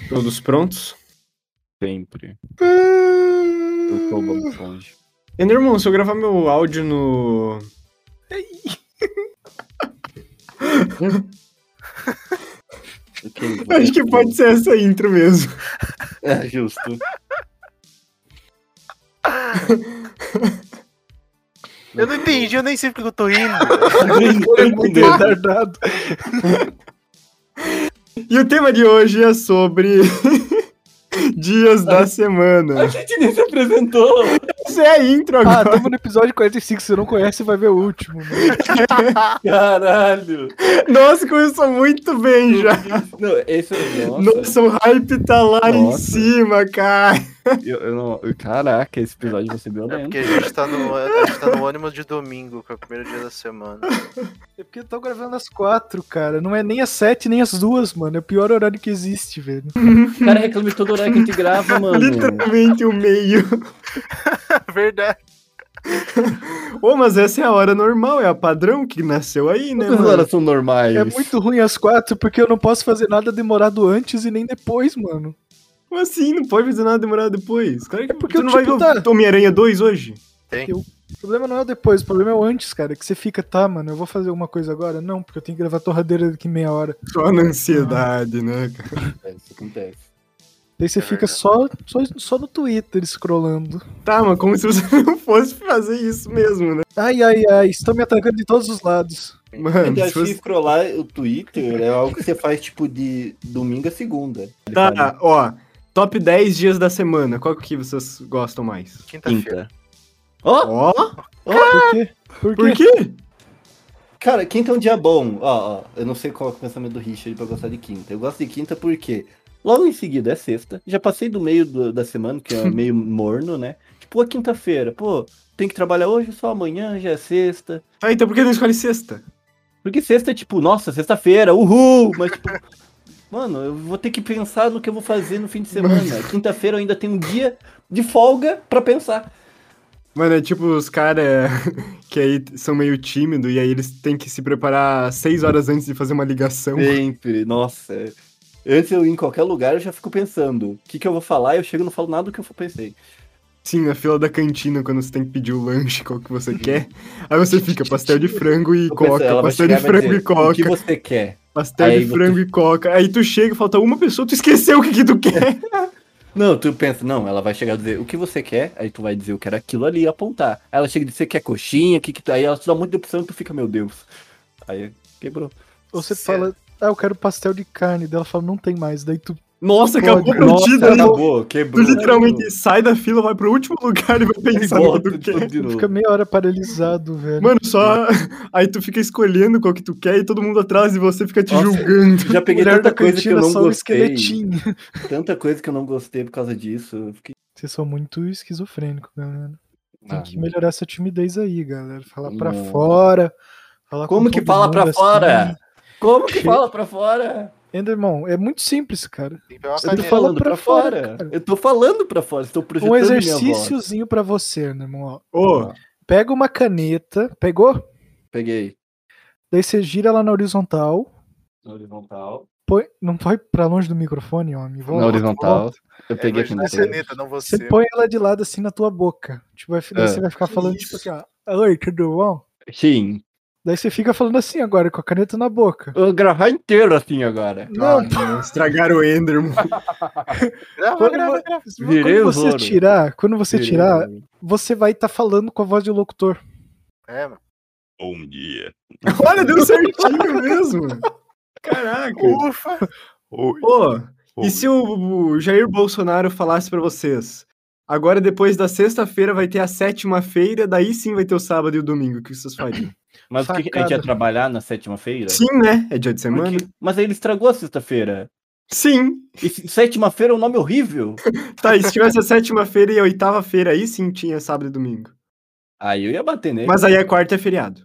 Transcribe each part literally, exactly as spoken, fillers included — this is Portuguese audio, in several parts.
Todos prontos? Sempre. Eu tô bom longe. Endermon, se eu gravar meu áudio no... Okay, Acho que pode ser essa intro mesmo. É, justo. Eu não entendi, eu nem sei porque eu tô rindo. É muito retardado. E o tema de hoje é sobre dias da semana. A gente nem se apresentou. Essa é a intro Ah, agora. estamos no episódio quarenta e cinco, se você não conhece, vai ver o último. Mano. Caralho. Nossa, começou muito bem já. Não, esse é nossa. Nossa, o hype tá lá em Nossa. cima, cara. Eu, eu não... Caraca, esse episódio vai ser É violento. porque a gente tá no, a gente tá no ônibus de domingo, que é o primeiro dia da semana. É porque eu tô gravando às quatro, cara. Não é nem às sete, nem às duas, mano. É o pior horário que existe, velho. O cara reclama de todo horário que a gente grava, mano. Literalmente o meio. Verdade. Ô, mas essa é a hora normal, é a padrão que nasceu aí, né, Quantas mano? horas são normais? É muito ruim às quatro, porque eu não posso fazer nada demorado antes e nem depois, mano. Como assim? Não pode fazer nada demorado depois. Claro que É porque tu o não vai tipo ver tá- o Homem-Aranha dois hoje? Tem. Eu- O problema não é o depois, o problema é o antes, cara. Que você fica, tá, mano, eu vou fazer alguma coisa agora? Não, porque eu tenho que gravar torradeira daqui meia hora. Só na ansiedade, né, cara? Isso acontece. Daí você É fica só, só, só no Twitter scrollando. Tá, mas como se você não fosse fazer isso mesmo, né? Ai, ai, ai, estão me atacando de todos os lados. Mano, Eu se acho que você... scrollar o Twitter é algo que você faz, tipo, de domingo a segunda. Ele fala, Tá, ó. Top dez dias da semana. Qual que vocês gostam mais? Quinta-feira. Quinta. Ó, Ó, Por quê? Por quê? por quê? cara, quinta é um dia bom. Ó, ó, eu não sei qual é o pensamento do Richard pra gostar de quinta. Eu gosto de quinta porque logo em seguida é sexta. Já passei do meio do- da semana, que é meio morno, né? Tipo, a quinta-feira. Pô, tem que trabalhar hoje, só amanhã já é sexta. Tá, então por que não escolhe sexta? Porque sexta é tipo, nossa, sexta-feira, uhul! Mas tipo, mano, eu vou ter que pensar no que eu vou fazer no fim de semana. Quinta-feira eu ainda tenho um dia de folga pra pensar. Mano, é tipo os caras que aí são meio tímidos e aí eles têm que se preparar seis horas antes de fazer uma ligação. Sempre, nossa. Antes eu ir em qualquer lugar, eu já fico pensando, o que, que eu vou falar, e eu chego e não falo nada do que eu pensei. Sim, na fila da cantina, quando você tem que pedir o lanche, qual que você quer. Aí você fica pastel de frango e Eu penso, coca, ela vai pastel de chegar e vai frango dizer, e coca, o que você quer? pastel Aí de você- frango e coca. Aí tu chega e falta uma pessoa, tu esqueceu o que que tu quer. Não, tu pensa, não, ela vai chegar e dizer o que você quer, aí tu vai dizer eu quero aquilo ali e apontar. Aí ela chega e diz, você quer coxinha, que que tu... aí ela te dá um monte de opção e tu fica, meu Deus. Aí quebrou. Ou você Sério? fala, ah, eu quero pastel de carne. Daí ela fala, não tem mais. Daí tu. Nossa, Pode. acabou Nossa, contigo. né? acabou, Tu quebrou. literalmente sai da fila, vai pro último lugar e vai pensar no que Volta tu tudo quer. de novo. Fica meia hora paralisado, velho. Mano, só. Aí tu fica escolhendo qual que tu quer e todo mundo atrás de você fica te Nossa. julgando. Já peguei Mulher tanta da coisa que eu cantina não só o gostei. esqueletinho. Tanta coisa que eu não gostei por causa disso. Eu fiquei... Vocês são muito esquizofrênicos, galera. Tem Ah, que melhorar essa timidez aí, galera. Falar pra Não. fora. Falar Como com que todo fala mundo pra assim. fora? Como que fala pra fora? Endermon, é muito simples, cara. Tem que pegar uma Eu tô caneta. falo falando pra pra fora, fora. cara. Eu tô falando pra fora. Estou projetando Um minha voz. exercíciozinho pra você, Endermon. Ó. Ô, Pega uma caneta, pegou? Peguei. Daí você gira ela na horizontal. Na horizontal. Põe... Não vai pra longe do microfone, homem. Volta, Na horizontal. volta. Eu peguei É, aqui imagina no a caneta, não você. Você põe ela de lado assim na tua boca. Tipo, vai- daí É. você vai ficar falando, tipo assim, ó. Oi, tudo bom? Sim. Daí você fica falando assim agora, com a caneta na boca. Eu vou gravar inteiro assim agora. Não, ah, estragaram o Enderman. Grava, Quando, grava, vo- grava. Virei quando o você Zoro. tirar, quando você Virei tirar, o- você vai estar falando com a voz de locutor. É, mano. Bom dia. Olha, deu certinho mesmo. Caraca. Ufa! Pô, e se o, o Jair Bolsonaro falasse pra vocês? Agora, depois da sexta-feira, vai ter a sétima-feira, daí sim vai ter o sábado e o domingo. O que vocês fariam? Mas o que, que a gente ia trabalhar na sétima-feira? Sim, né? É dia de semana? Porque- Mas aí ele estragou a sexta-feira. Sim. E se- sétima-feira é um nome horrível. Tá, e se tivesse a sétima-feira e a oitava-feira, aí sim tinha sábado e domingo. Aí eu ia bater nele. Mas aí a quarta é feriado.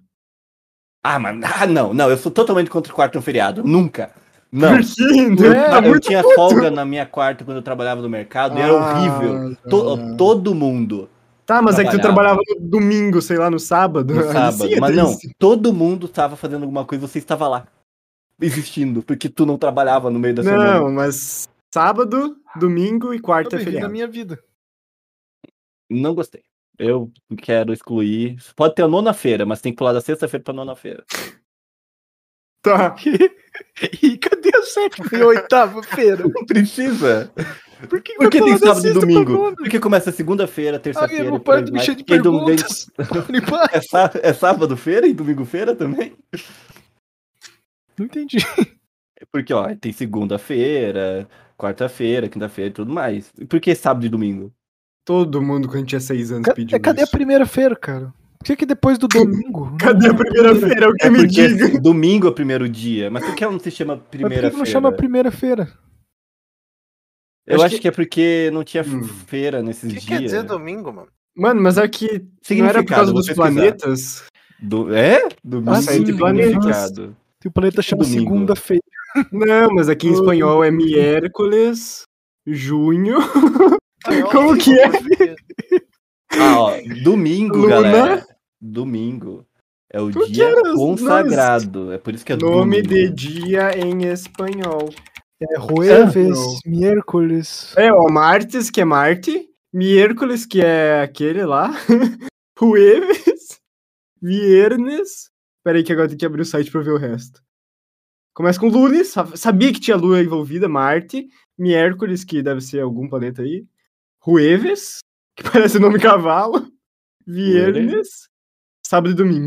Ah, mas ah, não, não, eu sou totalmente contra o quarto no feriado. Nunca. Não. Por quê? É, Tá eu muito tinha puto. folga na minha quarta quando eu trabalhava no mercado e era Ah, horrível. tá. To- todo mundo Tá, mas é que tu trabalhava. trabalhava no domingo, sei lá, no sábado. no Aí sábado. sim é Mas não, triste. todo mundo estava fazendo alguma coisa e você estava lá. Existindo, porque tu não trabalhava no meio da semana. Não, mas Sábado, domingo e quarta Tô é bem-vindo na feriado. minha vida. Não gostei. Eu quero excluir. Pode ter a nona-feira, mas tem que pular da sexta-feira pra nona-feira. Tá. E cadê a sétima e a oitava feira? Não precisa. Por que, Por que vai tem falar da sábado e sexta pra domingo? nona? Porque começa segunda-feira, Ah, terça-feira. eu vou e por parar aí de me vai. encher de E domingo- perguntas. Fala em paz. É, sá- é sábado-feira e domingo-feira também? Não entendi. Porque, ó, tem segunda-feira, quarta-feira, quinta-feira e tudo mais. E por que sábado e domingo? Todo mundo quando tinha seis anos Ca- pediu Cadê a isso. primeira feira, cara? Por que, que depois do domingo? Cadê a Não, primeira-feira? Alguém É me porque diga. domingo é o primeiro dia. Mas por que ela não se chama Mas por que, que primeira-feira? não chama primeira-feira? Eu Acho acho que- que... é porque não tinha Hum. feira O nesses que dias. quer dizer domingo, mano? Mano, mas é que não era por Significado, causa vou dos pesquisar. planetas? Do... É? Domingo Ah, Sete sim, planetas. significado. Se o planeta Que que é chama domingo? segunda-feira. Não, mas aqui em Oh, espanhol é miércoles, junho. Espanhol, Como não que é? faz sentido. Ah, ó, domingo, Luna? galera. Domingo. É o Por que dia era os consagrado. É por isso que é Nome domingo. de dia em espanhol. É jueves, não. miércoles. É, ó, martes, que é Marte. Miércoles, que é aquele lá. Jueves. Viernes. Peraí que agora tem que abrir o site pra ver o resto. Começa com Lunes. sa- Sabia que tinha Lua envolvida. Marte. Miércoles, que deve ser algum planeta aí. Jueves, que parece nome cavalo. Viernes. Sábado e domingo.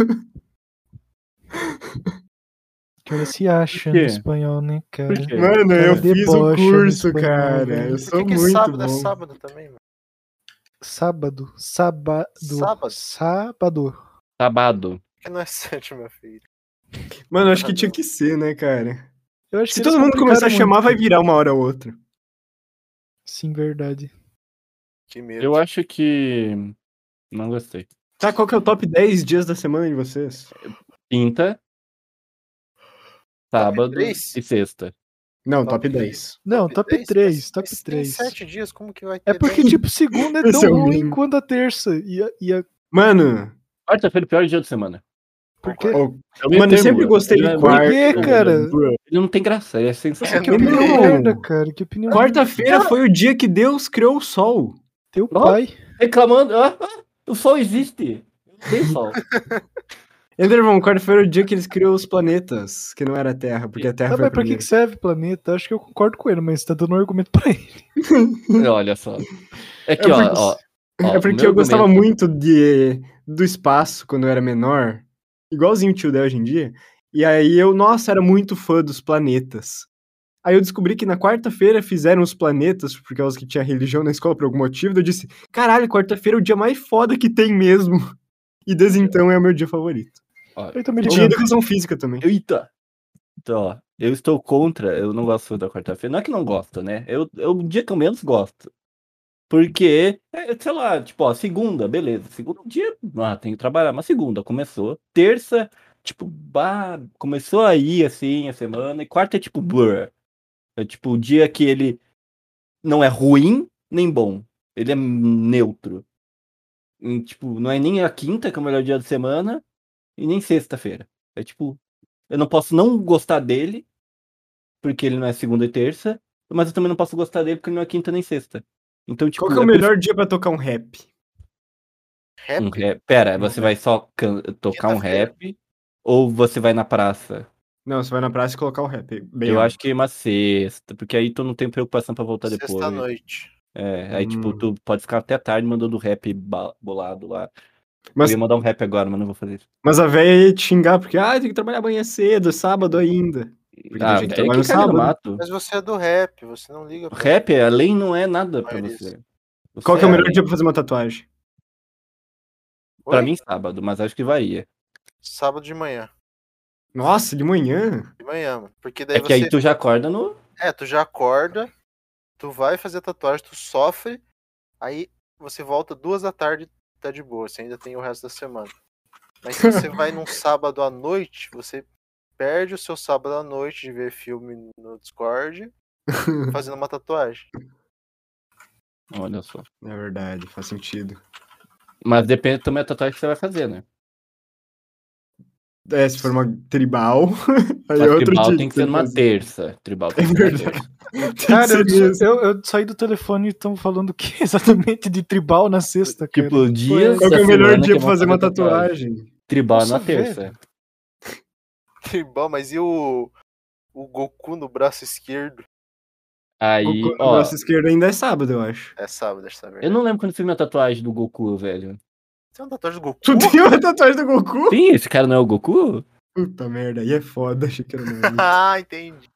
Que ela se acha Por no quê? espanhol, né, cara? Por quê? Mano, Cara, eu fiz o debocha no curso, espanhol, cara. velho. Eu Por sou que, que muito sábado bom. é sábado também, mano? Sábado. Sábado. Sábado. Sábado. Sábado. Por que não é sétima-feira? Mano, acho que tinha que ser, né, cara? Eu acho Se que todo eles mundo começar a complicaram chamar, muito. vai virar uma hora ou outra. Sim, verdade. Que medo. Eu acho que. Não gostei. Tá, qual que é o top dez dias da semana de vocês? Quinta, sábado três? e sexta. Não, Top top dez. Não, top três, Mas- top mas três. Tem sete dias, como que vai ter É porque, dez? tipo, segunda é Esse tão é o ruim mínimo. quanto a terça. E a, e a... Mano, Quarta-feira é o pior dia da semana. Por quê? Concordo. ó, É o meio mano, eu termo, sempre gostei ele de é quarta. Por quê, cara? Ele não tem graça, ele é Que sensacional. opinião Não. merda, cara. Que opinião Quarta-feira foi o dia que Deus criou o sol. Teu Ó. pai. Reclamando, ah, ah, o sol existe. Tem sol. Enderman, quarta-feira é o dia que eles criou os planetas, que não era a Terra, porque a Terra Tá, foi a mas pra que, primeira. que serve planeta? Acho que eu concordo com ele, mas você tá dando um argumento pra ele. Olha só. É que, É ó, porque- ó, ó, É o porque meu eu gostava argumento- muito de, do espaço quando eu era menor, igualzinho o tio Del hoje em dia, e aí eu, nossa, era muito fã dos planetas. Aí eu descobri que na quarta-feira fizeram os planetas, por causa que tinha religião na escola por algum motivo, daí eu disse, caralho, quarta-feira é o dia mais foda que tem mesmo. E desde então é o meu dia favorito. ó, Eu tô me E tinha ligando. educação física também. Eita! Então, ó, eu estou contra, eu não gosto da quarta-feira. Não é que não gosto, né? Eu, é o dia que eu menos gosto. Porque, é, sei lá, tipo, ó, segunda, beleza. Segundo dia, ah, tem que trabalhar, mas segunda começou. Terça, tipo, bah, começou aí, assim, a semana. E quarta é tipo, blur. É tipo o dia que ele não é ruim nem bom. Ele é neutro. E, tipo, não é nem a quinta, que é o melhor dia da semana, e nem sexta-feira. É tipo, eu não posso não gostar dele, porque ele não é segunda e terça, mas eu também não posso gostar dele porque ele não é quinta nem sexta. Então, tipo, Qual que é o eu melhor dia pra tocar um rap? prefiro um Rap? rap. Pera, Um você rap. vai só can- tocar um Quinta-feira. rap ou você vai na praça? Não, você vai na praça e colocar o rap. Bem eu alto. acho que é uma sexta, porque aí tu não tem preocupação pra voltar depois. Sexta-noite. É, aí, tipo, Hum. tu pode ficar até tarde mandando rap ba- bolado lá. Mas, Eu ia mandar um rap agora, mas não vou fazer isso. mas a véia ia te xingar, porque, ah, tem que trabalhar amanhã cedo, sábado ainda. Porque tem Ah, gente que é trabalha que no caga no sábado. mato. Mas você é do rap, você não liga O pra rap, a lei não é nada pra Maioria. você. Você Qual que é o a melhor lei. dia pra fazer uma tatuagem? Pra Oi? mim, sábado, mas acho que varia. Sábado de manhã. Nossa, de manhã? De manhã, mano. Porque daí É que você. aí tu já acorda no. É, tu já acorda, tu vai fazer a tatuagem, tu sofre, aí você volta duas da tarde, tá de boa, você ainda tem o resto da semana. Mas se você vai num sábado à noite, você perde o seu sábado à noite de ver filme no Discord fazendo uma tatuagem. Olha só. É verdade, faz sentido. Mas depende também da tatuagem que você vai fazer, né? É, se for uma tribal, aí Mas é outro tribal dia tem que ser numa fazer. terça. Tribal tem É que ser numa verdade. terça. Tem que Cara, ser eu, mesmo. eu, eu saí do telefone e estão falando que exatamente de tribal na sexta, cara. Tipo, dias Qual que da é o melhor semana dia que pra vão fazer uma tatuagem? Tribal Nossa, na terça. velho. Tribal, mas e o, o Goku no braço esquerdo? Aí, Goku no ó, braço esquerdo ainda é sábado, eu acho. É sábado, essa eu verdade. não lembro quando eu fiz minha tatuagem do Goku, velho. Tem uma tatuagem do Goku? Tu tem uma tatuagem do Goku? Sim, esse cara não é o Goku? Puta merda, aí é foda, achei que era no anime. Ah, entendi.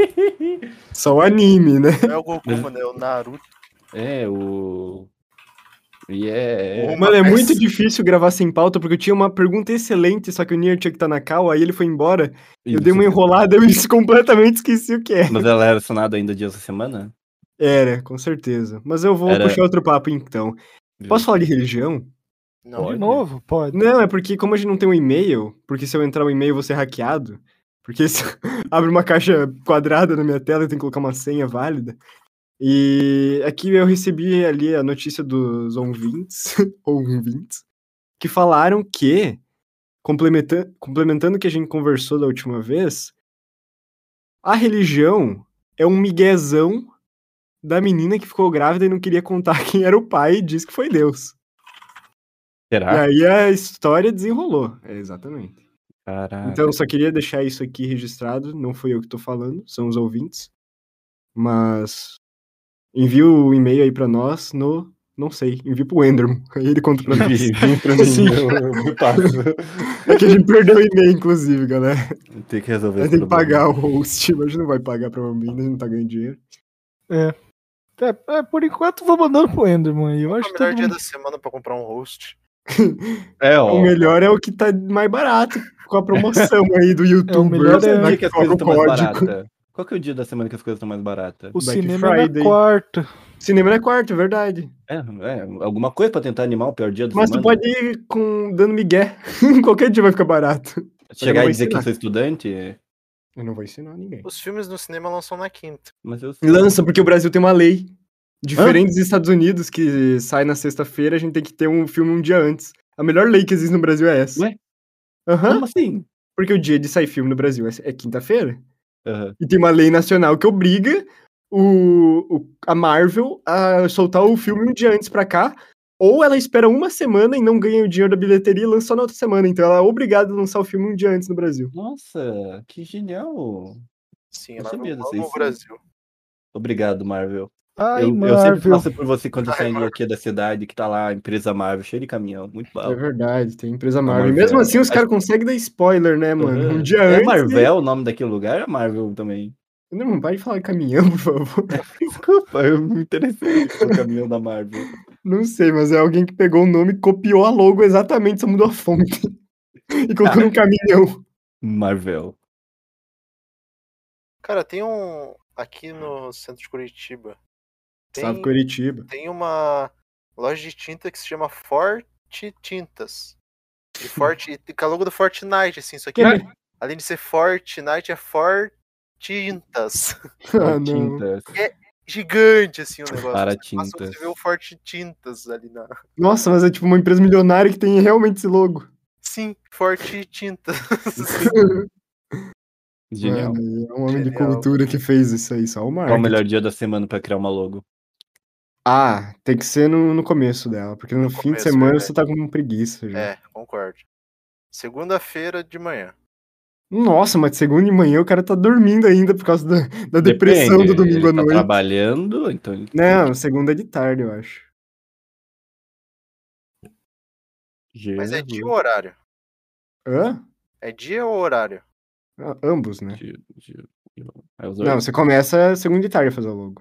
Só o anime, né? Não é o Goku, Mas- mano, é o Naruto. É, o... E é... Uma Mano, é muito peça. difícil gravar sem pauta, porque eu tinha uma pergunta excelente, só que o Nier tinha que estar na cal, aí ele foi embora. Eu dei uma enrolada, eu completamente esqueci o que é. Mas ela é relacionada ainda dias da semana? Era, com certeza. Mas eu vou Era- puxar outro papo então. Posso falar de religião? Não, Pode? De novo? Pode. Não, é porque como a gente não tem um e-mail, porque se eu entrar um e-mail eu vou ser hackeado, porque se abre uma caixa quadrada na minha tela e tem que colocar uma senha válida. E aqui eu recebi ali a notícia dos ouvintes, ouvintes, que falaram que, complementando, complementando o que a gente conversou da última vez, a religião é um miguezão da menina que ficou grávida e não queria contar quem era o pai e disse que foi Deus. E Será? aí a história desenrolou. É, exatamente. Caraca. Então, eu só queria deixar isso aqui registrado. Não fui eu que tô falando, são os ouvintes. Mas envia o e-mail aí pra nós no... Não sei, envia pro Enderman. Aí ele conta pra nós. Vim, vim pra mim, Sim. eu, eu passo. É que a gente perdeu o e-mail, inclusive, galera. Tem que resolver A esse gente tem que problema. pagar o host, mas a gente não vai pagar provavelmente, a gente não tá ganhando dinheiro. É, é, por enquanto vou mandando pro Enderman aí. Eu Qual acho é o que melhor todo dia mundo... da semana pra comprar um host? É, ó. O melhor é o que tá mais barato, com a promoção aí do YouTube. melhor é- Qual dia que as coisas estão mais código. baratas? Qual que é o dia da semana que as coisas estão mais baratas? O Black cinema é na Friday. quarta. Cinema é quarto, é verdade. É, é, alguma coisa pra tentar animar o pior dia da Mas tu semana? pode ir com dando migué. Qualquer dia vai ficar barato. Chegar eu e não dizer vou que eu ensinar. sou estudante? Eu não vou ensinar ninguém. Os filmes no cinema lançam na quinta. Mas eu sei. Lança, porque o Brasil tem uma lei. Diferente dos Estados Unidos, que sai na sexta-feira, a gente tem que ter um filme um dia antes. A melhor lei que existe no Brasil é essa. Ué? Aham. Como assim? Porque o dia de sair filme no Brasil é, é quinta-feira. Aham. E tem uma lei nacional que obriga o, o- a Marvel a soltar o filme um dia antes pra cá. Ou ela espera uma semana e não ganha o dinheiro da bilheteria e lança só na outra semana. Então ela é obrigada a lançar o filme um dia antes no Brasil. Nossa, que genial. Sim, Não ela sabia não dessa no aí, sim. Brasil. Obrigado, Marvel. Ai, eu, eu sempre Marvel. passo por você quando eu Ai, saindo Marvel. aqui da cidade, que tá lá a empresa Marvel, cheio de caminhão, muito bom. É verdade, tem empresa Marvel. Marvel. E mesmo assim os Acho- caras conseguem dar spoiler, né, mano? Um Aham. dia É antes. Marvel o nome daquele lugar? É Marvel também. Não, não pode falar caminhão, por favor. Desculpa, eu me interessei pelo caminhão da Marvel. Não sei, mas é alguém que pegou o nome e copiou a logo exatamente, só mudou a fonte. E colocou num caminhão. Marvel. Cara, tem um. Aqui no centro de Curitiba. Tem, Salve Curitiba. tem uma loja de tinta que se chama Forte Tintas. De Forte. Com a logo do Fortnite, assim. Só que Que- além de ser Fortnite, é Fortintas. Ah, não. Tintas. Gigante, assim, o negócio. Para Você passa, tintas. Você vê o Forte Tintas ali na. Nossa, mas é tipo uma empresa milionária que tem realmente esse logo. Sim, Forte Tintas. Genial. Mano, é um homem de Genial. cultura que fez isso aí, só o Qual o marketing. melhor dia da semana pra criar uma logo? Ah, tem que ser no, no começo dela, porque no, No fim de começo, semana verdade. você tá com preguiça já. É, concordo. Segunda-feira de manhã. Nossa, mas segunda de manhã o cara tá dormindo ainda por causa da, da depressão Depende, do domingo ele à tá noite. trabalhando, então ele... Não, segunda é de tarde, eu acho. Mas é Jesus. dia ou horário? Hã? É dia ou horário? Ah, ambos, né? Dia- dia- É os dois? Não, você começa segunda de tarde a fazer o logo.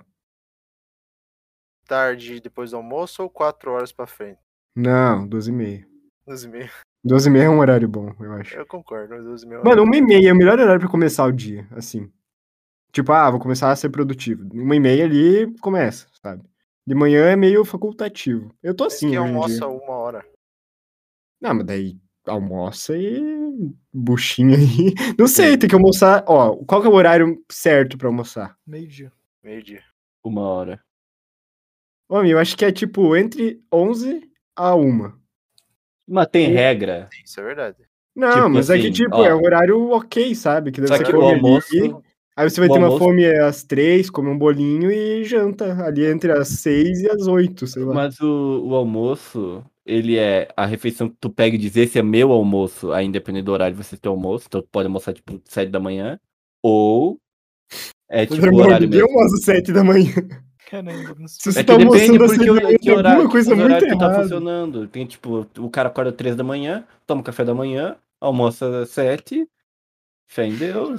Tarde depois do almoço ou quatro horas pra frente? Não, doze e meia. doze e meia. doze e meia é um horário bom, eu acho. Eu concordo, doze e meia. Mano, uma e meia é o melhor horário pra começar o dia, assim. Tipo, ah, vou começar a ser produtivo. Uma e meia ali começa, sabe? De manhã é meio facultativo. Eu tô Mas assim que hoje em almoça dia. uma hora. Não, mas daí almoça e buchinha aí. Não sei, tem que almoçar. Ó, qual que é o horário certo pra almoçar? Meio-dia. Meio-dia. Uma hora. Homem, eu acho que é tipo entre onze a uma. Mas tem regra. Isso é verdade. Não, Tipo mas é que, assim, tipo, ó. é um horário ok, sabe? Que daí Só você que come o ali, almoço. aí você vai o ter uma almoço- fome às três, come um bolinho e janta ali entre as seis e as oito, sei lá. Mas o, o almoço, ele é a refeição que tu pega e diz, esse é meu almoço, aí independente do horário você tem almoço, então tu pode almoçar tipo sete da manhã, ou é Mas, tipo o irmão, horário ninguém mesmo. almoça às sete da manhã. Caramba, não sei. Se você É tá que depende almoçando às porque seis da o, manhã, que tem horário, alguma coisa os muito horários que tá errada. funcionando. Tem tipo, o cara acorda três da manhã, toma café da manhã, almoça às sete, fé em Deus.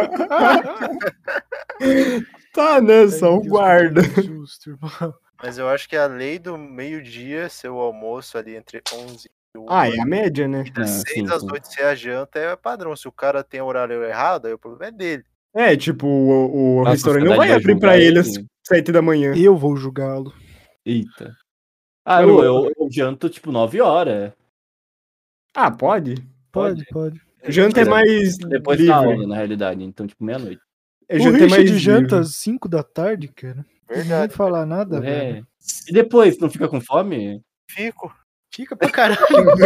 Tá, né? Ai, Só meu o Deus, guarda. como tu é justo, irmão. Mas eu acho que a lei do meio-dia ser o almoço ali entre onze e uma, Ah, é a média, né? e das Ah, seis sim, às sim. oito ser a janta é padrão. Se o cara tem o horário errado, aí o problema é dele. É, tipo, o, o A restaurante não sociedade vai vai abrir pra julgar ele às ele? sete da manhã. Eu vou julgá-lo. Eita. Ah, Mano, eu, eu, eu janto tipo nove horas. Ah, pode? Pode, pode. Janta é mais Depois da livre. aula, na realidade. Então, tipo, meia-noite. É, O janta é mais Richard janta livre. às cinco da tarde, cara. E ninguém Verdade. fala nada, velho. É. E depois, não fica com fome? Fico. Fica pra caralho.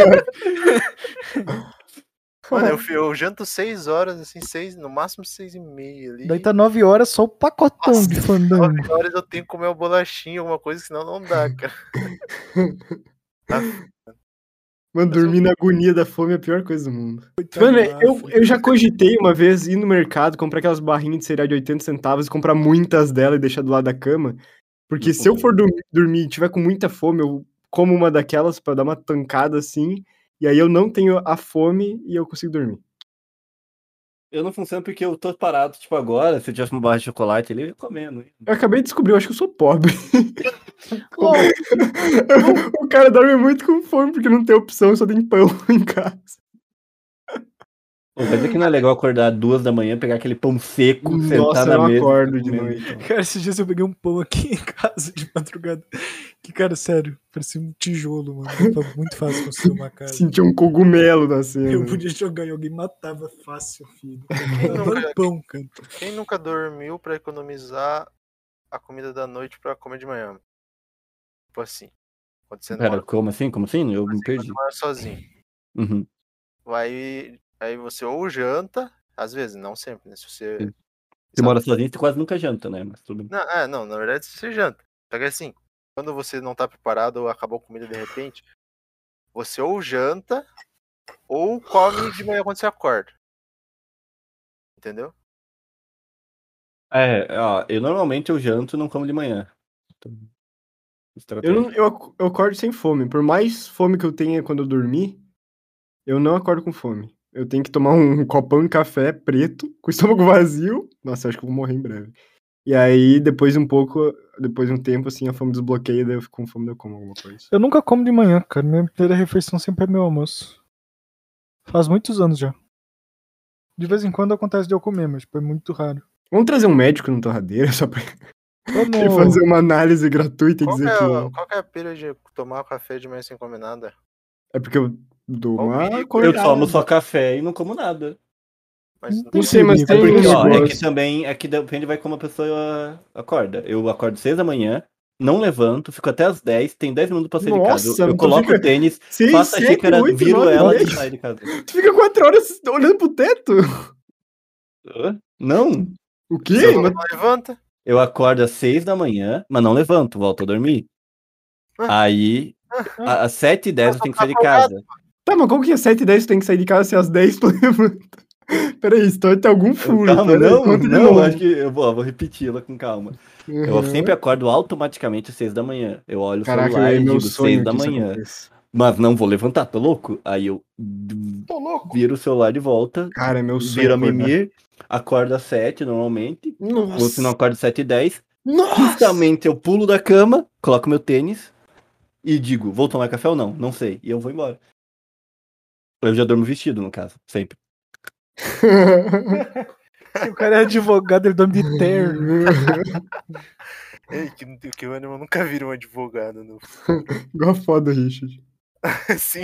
Mano, eu, fi- eu janto seis horas, assim, seis, no máximo seis e meia ali. Daí tá nove horas só o pacotão Nossa, de fandango. nove horas eu tenho que comer uma bolachinha, alguma coisa, senão não dá, cara. Aff, Mano, Mas eu- dormir na agonia da fome é a pior coisa do mundo. Coitado Mano, da eu, África. eu já cogitei uma vez ir no mercado, comprar aquelas barrinhas de cereal de oitenta centavos e comprar muitas delas e deixar do lado da cama. Porque Não se eu for funciona. dormir, dormir e tiver com muita fome, eu como uma daquelas pra dar uma tancada assim, e aí eu não tenho a fome e eu consigo dormir. Eu não funciono porque eu tô parado, tipo, agora, se eu tivesse uma barra de chocolate ali, eu ia comendo. Eu acabei de descobrir, eu acho que eu sou pobre. Lol. O cara dorme muito com fome porque não tem opção, só tem pão em casa. Pô, mas é que não é legal acordar duas da manhã, pegar aquele pão seco, Nossa, sentar eu na não mesa. e acordo ficar de comendo noite. pão. Cara, esses dias eu peguei um pão aqui em casa de madrugada. Que, cara, sério, parecia um tijolo, mano. Foi muito fácil construir uma casa. Sentia um cogumelo nascendo. Eu podia jogar e alguém matava fácil, filho. Quem Eu adoro nunca- pão, cara. Quem nunca dormiu pra economizar a comida da noite pra comer de manhã? Tipo assim, quando você não Pera, mora, como assim? Como assim? Eu me perdi. quando mora sozinho. Uhum. Aí, aí você ou janta, às vezes, não sempre, né? Se você. Sim. Você mora sozinho, você quase nunca janta, né? Mas tudo bem. Não, é, não, na verdade você janta. Só que assim, quando você não tá preparado ou acabou a comida de repente, você ou janta ou come de manhã quando você acorda. Entendeu? É, ó, eu normalmente eu janto e não como de manhã. Então, Eu, estratégia. não, eu, ac- eu acordo sem fome. Por mais fome que eu tenha quando eu dormir, eu não acordo com fome. Eu tenho que tomar um copão de café preto, com o estômago vazio. Nossa, acho que eu vou morrer em breve. E aí, depois um pouco, depois de um tempo, assim, a fome desbloqueia, daí eu fico com fome, daí eu como alguma coisa. Eu nunca como de manhã, cara. Minha primeira refeição sempre é meu almoço. Faz muitos anos já. De vez em quando acontece de eu comer, mas tipo, é muito raro. Vamos trazer um médico no Torradeira, só pra ele Vamos. fazer uma análise gratuita e Qual que, dizer é, que qual que é a pira de tomar café de manhã sem comer nada? é porque eu dou Qual uma perigo? Eu acordada. tomo só café e não como nada. Mas Não Não sei, mas perigo, tem Porque, um ó, é que negócio. também, é que depende vai como a pessoa acorda. Eu acordo seis da manhã, não levanto, fico até as dez, tem dez minutos pra sair de casa. Nossa, Eu, eu tu coloco fica o tênis, seis, faço a sete, xícara, oito, viro nove, ela dez. e saio de casa. Tu fica quatro horas olhando pro teto? Hã? Não, O quê? você Mas- não levanta? eu acordo às seis da manhã, mas não levanto, volto a dormir. Aí, a- às sete e dez eu tenho que sair de casa. Tá, mas como que às sete e dez tu tem que sair de casa se às dez tu levanta? Peraí, então tem algum furo. Calma, peraí, não, conta de não, novo. acho que eu vou, vou repeti-la com calma. Eu Uhum. sempre acordo automaticamente às seis da manhã. Eu olho o Caraca, celular é e meu digo sonho seis da que isso manhã. aconteça. Mas não vou levantar, tô louco? Aí eu d- Tô louco. viro o celular de volta, Cara, é meu sonho viro a acordar. mimir, acordo às sete normalmente. Ou se não Nossa! acordo às sete e dez, Nossa! justamente eu pulo da cama, coloco meu tênis e digo, vou tomar café ou não? Não sei. E eu vou embora. Eu já durmo vestido, no caso, sempre. Se o cara é advogado, ele dorme de terno. Ei, que, que o Animal nunca viram um advogado no. Igual a foda, Richard. Sim.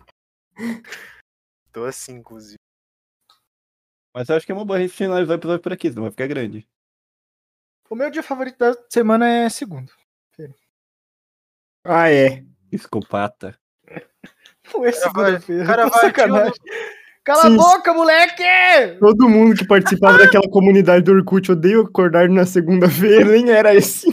Tô assim, inclusive. Mas eu acho que é uma boa a gente finalizar o episódio por aqui, senão vai ficar grande. O meu dia favorito da semana é segundo. Ah, é. Psicopata. Não é Cara, segunda-feira. cara Tô vai, sacanagem. Cala Sim. a boca, moleque! Todo mundo que participava daquela comunidade do Orkut odeia acordar na segunda-feira, nem era assim.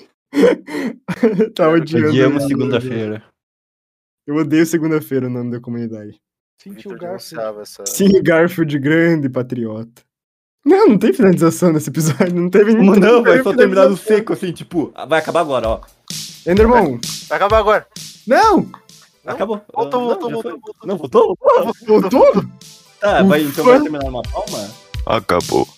Tá odiando. Odiamos ele. segunda-feira. Eu odeio segunda-feira o nome da comunidade. Sentiu o Vitor Garfield. denunciava essa. Sim, Garfield grande patriota. Não, não tem finalização nesse episódio. Não teve Como nem- não? Vai teve só terminar no finalização. seco, assim, tipo, vai acabar agora, ó. Enderman, Vai acabar agora. não! Não? Acabou. Voltou, Ah, voltou, não, já voltou, foi. Não, voltou? Voltou? Tá, vai, então Ufa. vai terminar numa palma? Acabou.